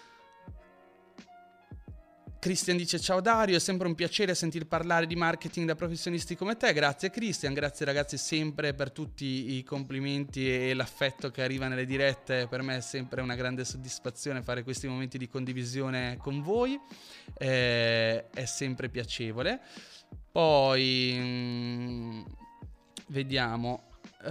Christian dice: ciao Dario, è sempre un piacere sentir parlare di marketing da professionisti come te. Grazie Christian, grazie ragazzi sempre per tutti i complimenti e l'affetto che arriva nelle dirette. Per me è sempre una grande soddisfazione fare questi momenti di condivisione con voi, è sempre piacevole. Poi vediamo.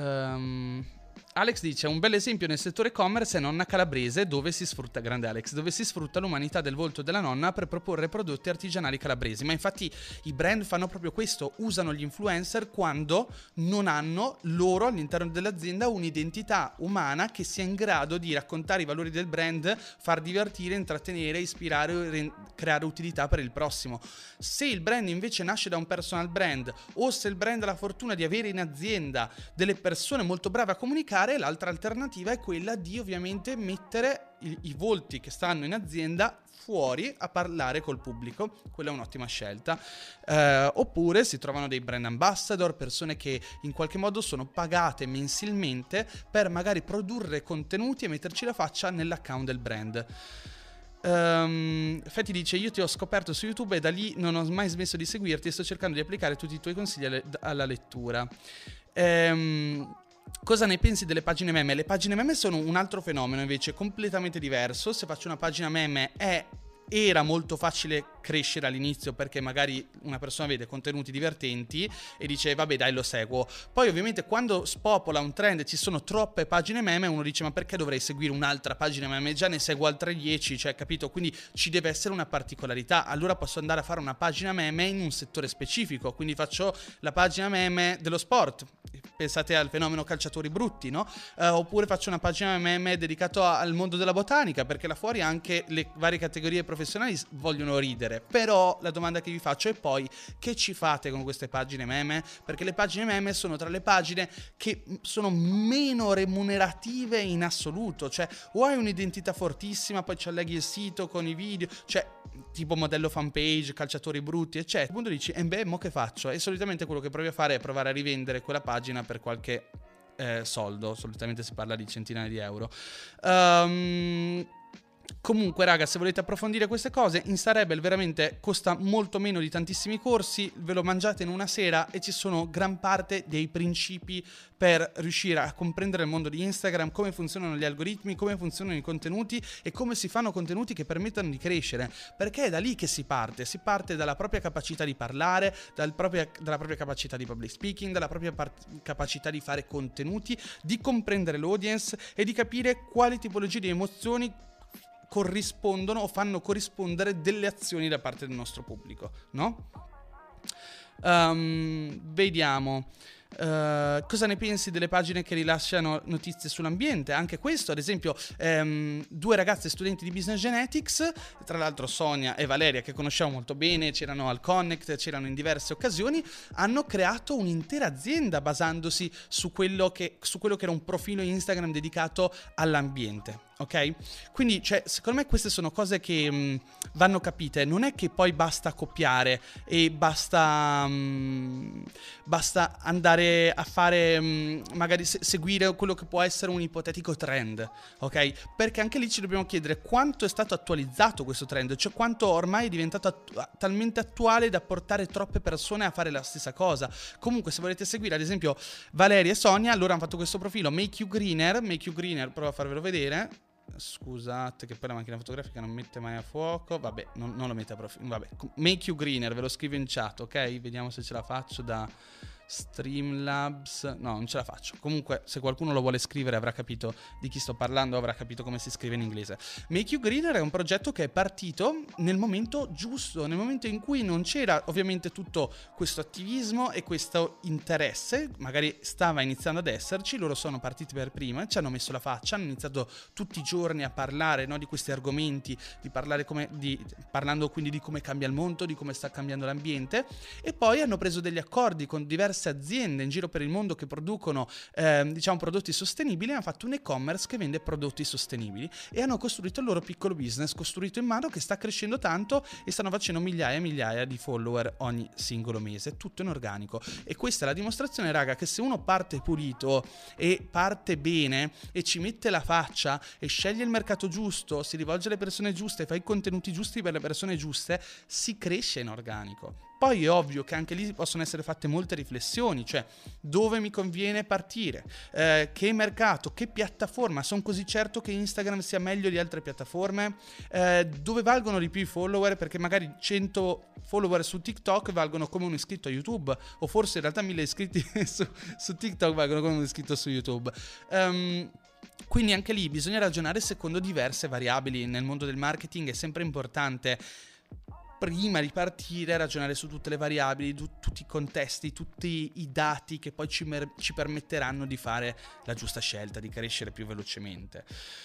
Alex dice: un bel esempio nel settore e-commerce è Nonna Calabrese, dove si sfrutta, grande Alex, dove si sfrutta l'umanità del volto della nonna per proporre prodotti artigianali calabresi. Ma infatti i brand fanno proprio questo, usano gli influencer quando non hanno loro all'interno dell'azienda un'identità umana che sia in grado di raccontare i valori del brand, far divertire, intrattenere, ispirare, creare utilità per il prossimo. Se il brand invece nasce da un personal brand, o se il brand ha la fortuna di avere in azienda delle persone molto brave a comunicare, l'altra alternativa è quella di ovviamente mettere i volti che stanno in azienda fuori a parlare col pubblico. Quella è un'ottima scelta. Oppure si trovano dei brand ambassador, persone che in qualche modo sono pagate mensilmente per magari produrre contenuti e metterci la faccia nell'account del brand. Fetti dice: io ti ho scoperto su YouTube e da lì non ho mai smesso di seguirti e sto cercando di applicare tutti i tuoi consigli alla lettura. Cosa ne pensi delle pagine meme? Le pagine meme sono un altro fenomeno invece completamente diverso. Se faccio una pagina meme era molto facile crescere all'inizio, perché magari una persona vede contenuti divertenti e dice vabbè dai, lo seguo. Poi ovviamente quando spopola un trend e ci sono troppe pagine meme, uno dice ma perché dovrei seguire un'altra pagina meme? Già ne seguo altre 10, cioè, capito? Quindi ci deve essere una particolarità. Allora posso andare a fare una pagina meme in un settore specifico, quindi faccio la pagina meme dello sport. Pensate al fenomeno calciatori brutti, no? Oppure faccio una pagina meme dedicata al mondo della botanica, perché là fuori anche le varie categorie professionali vogliono ridere. Però la domanda che vi faccio è poi: che ci fate con queste pagine meme? Perché le pagine meme sono tra le pagine che sono meno remunerative in assoluto. Cioè, o hai un'identità fortissima, poi ci alleghi il sito con i video, cioè tipo modello fanpage, calciatori brutti, eccetera. A punto dici mo che faccio? E solitamente quello che provi a fare è provare a rivendere quella pagina per qualche soldo. Solitamente si parla di centinaia di euro. Comunque raga, se volete approfondire queste cose, Instarebel veramente costa molto meno di tantissimi corsi, ve lo mangiate in una sera e ci sono gran parte dei principi per riuscire a comprendere il mondo di Instagram, come funzionano gli algoritmi, come funzionano i contenuti e come si fanno contenuti che permettano di crescere, perché è da lì che si parte dalla propria capacità di parlare, dalla propria capacità di public speaking, dalla propria capacità di fare contenuti, di comprendere l'audience e di capire quali tipologie di emozioni corrispondono o fanno corrispondere delle azioni da parte del nostro pubblico, no? Vediamo. Cosa ne pensi delle pagine che rilasciano notizie sull'ambiente? Anche questo, ad esempio, due ragazze studenti di Business Genetics, tra l'altro Sonia e Valeria, che conosciamo molto bene, c'erano al Connect, c'erano in diverse occasioni, hanno creato un'intera azienda basandosi su quello che era un profilo Instagram dedicato all'ambiente. ok? Quindi, cioè, secondo me queste sono cose che vanno capite. Non è che poi basta copiare e basta andare a fare, magari seguire quello che può essere un ipotetico trend, ok? Perché anche lì ci dobbiamo chiedere quanto è stato attualizzato questo trend, cioè quanto ormai è diventato talmente attuale da portare troppe persone a fare la stessa cosa. Comunque, se volete seguire, ad esempio, Valeria e Sonia, loro hanno fatto questo profilo Make You Greener, provo a farvelo vedere. Scusate che poi la macchina fotografica non mette mai a fuoco. Vabbè, non lo mette a profilo. Vabbè, Make You Greener, ve lo scrivo in chat, ok? Vediamo se ce la faccio da Streamlabs. No, non ce la faccio. Comunque, se qualcuno lo vuole scrivere avrà capito di chi sto parlando, avrà capito come si scrive in inglese. Make You Greener è un progetto che è partito nel momento giusto, nel momento in cui non c'era ovviamente tutto questo attivismo e questo interesse, magari stava iniziando ad esserci. Loro sono partiti per prima, ci hanno messo la faccia, hanno iniziato tutti i giorni a parlare, no, di questi argomenti, parlando quindi di come cambia il mondo, di come sta cambiando l'ambiente, e poi hanno preso degli accordi con diverse aziende in giro per il mondo che producono prodotti sostenibili. Hanno fatto un e-commerce che vende prodotti sostenibili e hanno costruito il loro piccolo business costruito in mano, che sta crescendo tanto e stanno facendo migliaia e migliaia di follower ogni singolo mese, tutto in organico. E questa è la dimostrazione, raga, che se uno parte pulito e parte bene e ci mette la faccia e sceglie il mercato giusto, si rivolge alle persone giuste, fa i contenuti giusti per le persone giuste, si cresce in organico. Poi è ovvio che anche lì possono essere fatte molte riflessioni, cioè dove mi conviene partire, che mercato, che piattaforma, sono così certo che Instagram sia meglio di altre piattaforme, dove valgono di più i follower, perché magari 100 follower su TikTok valgono come un iscritto a YouTube, o forse in realtà 1000 iscritti su TikTok valgono come un iscritto su YouTube. Quindi anche lì bisogna ragionare secondo diverse variabili. Nel mondo del marketing è sempre importante, prima di partire, ragionare su tutte le variabili, tutti i contesti, tutti i dati che poi ci permetteranno di fare la giusta scelta, di crescere più velocemente.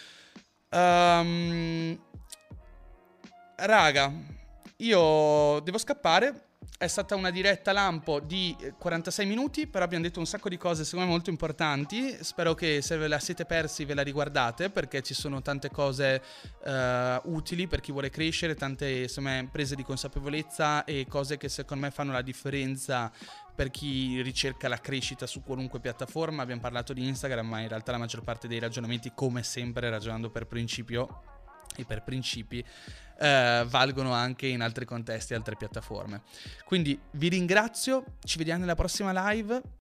Raga, io devo scappare. È stata una diretta lampo di 46 minuti, però abbiamo detto un sacco di cose secondo me molto importanti. Spero che se ve la siete persi ve la riguardate, perché ci sono tante cose utili per chi vuole crescere, tante insomma prese di consapevolezza e cose che secondo me fanno la differenza per chi ricerca la crescita su qualunque piattaforma. Abbiamo parlato di Instagram, ma in realtà la maggior parte dei ragionamenti, come sempre ragionando per principio e per principi, valgono anche in altri contesti e altre piattaforme. Quindi vi ringrazio, ci vediamo nella prossima live.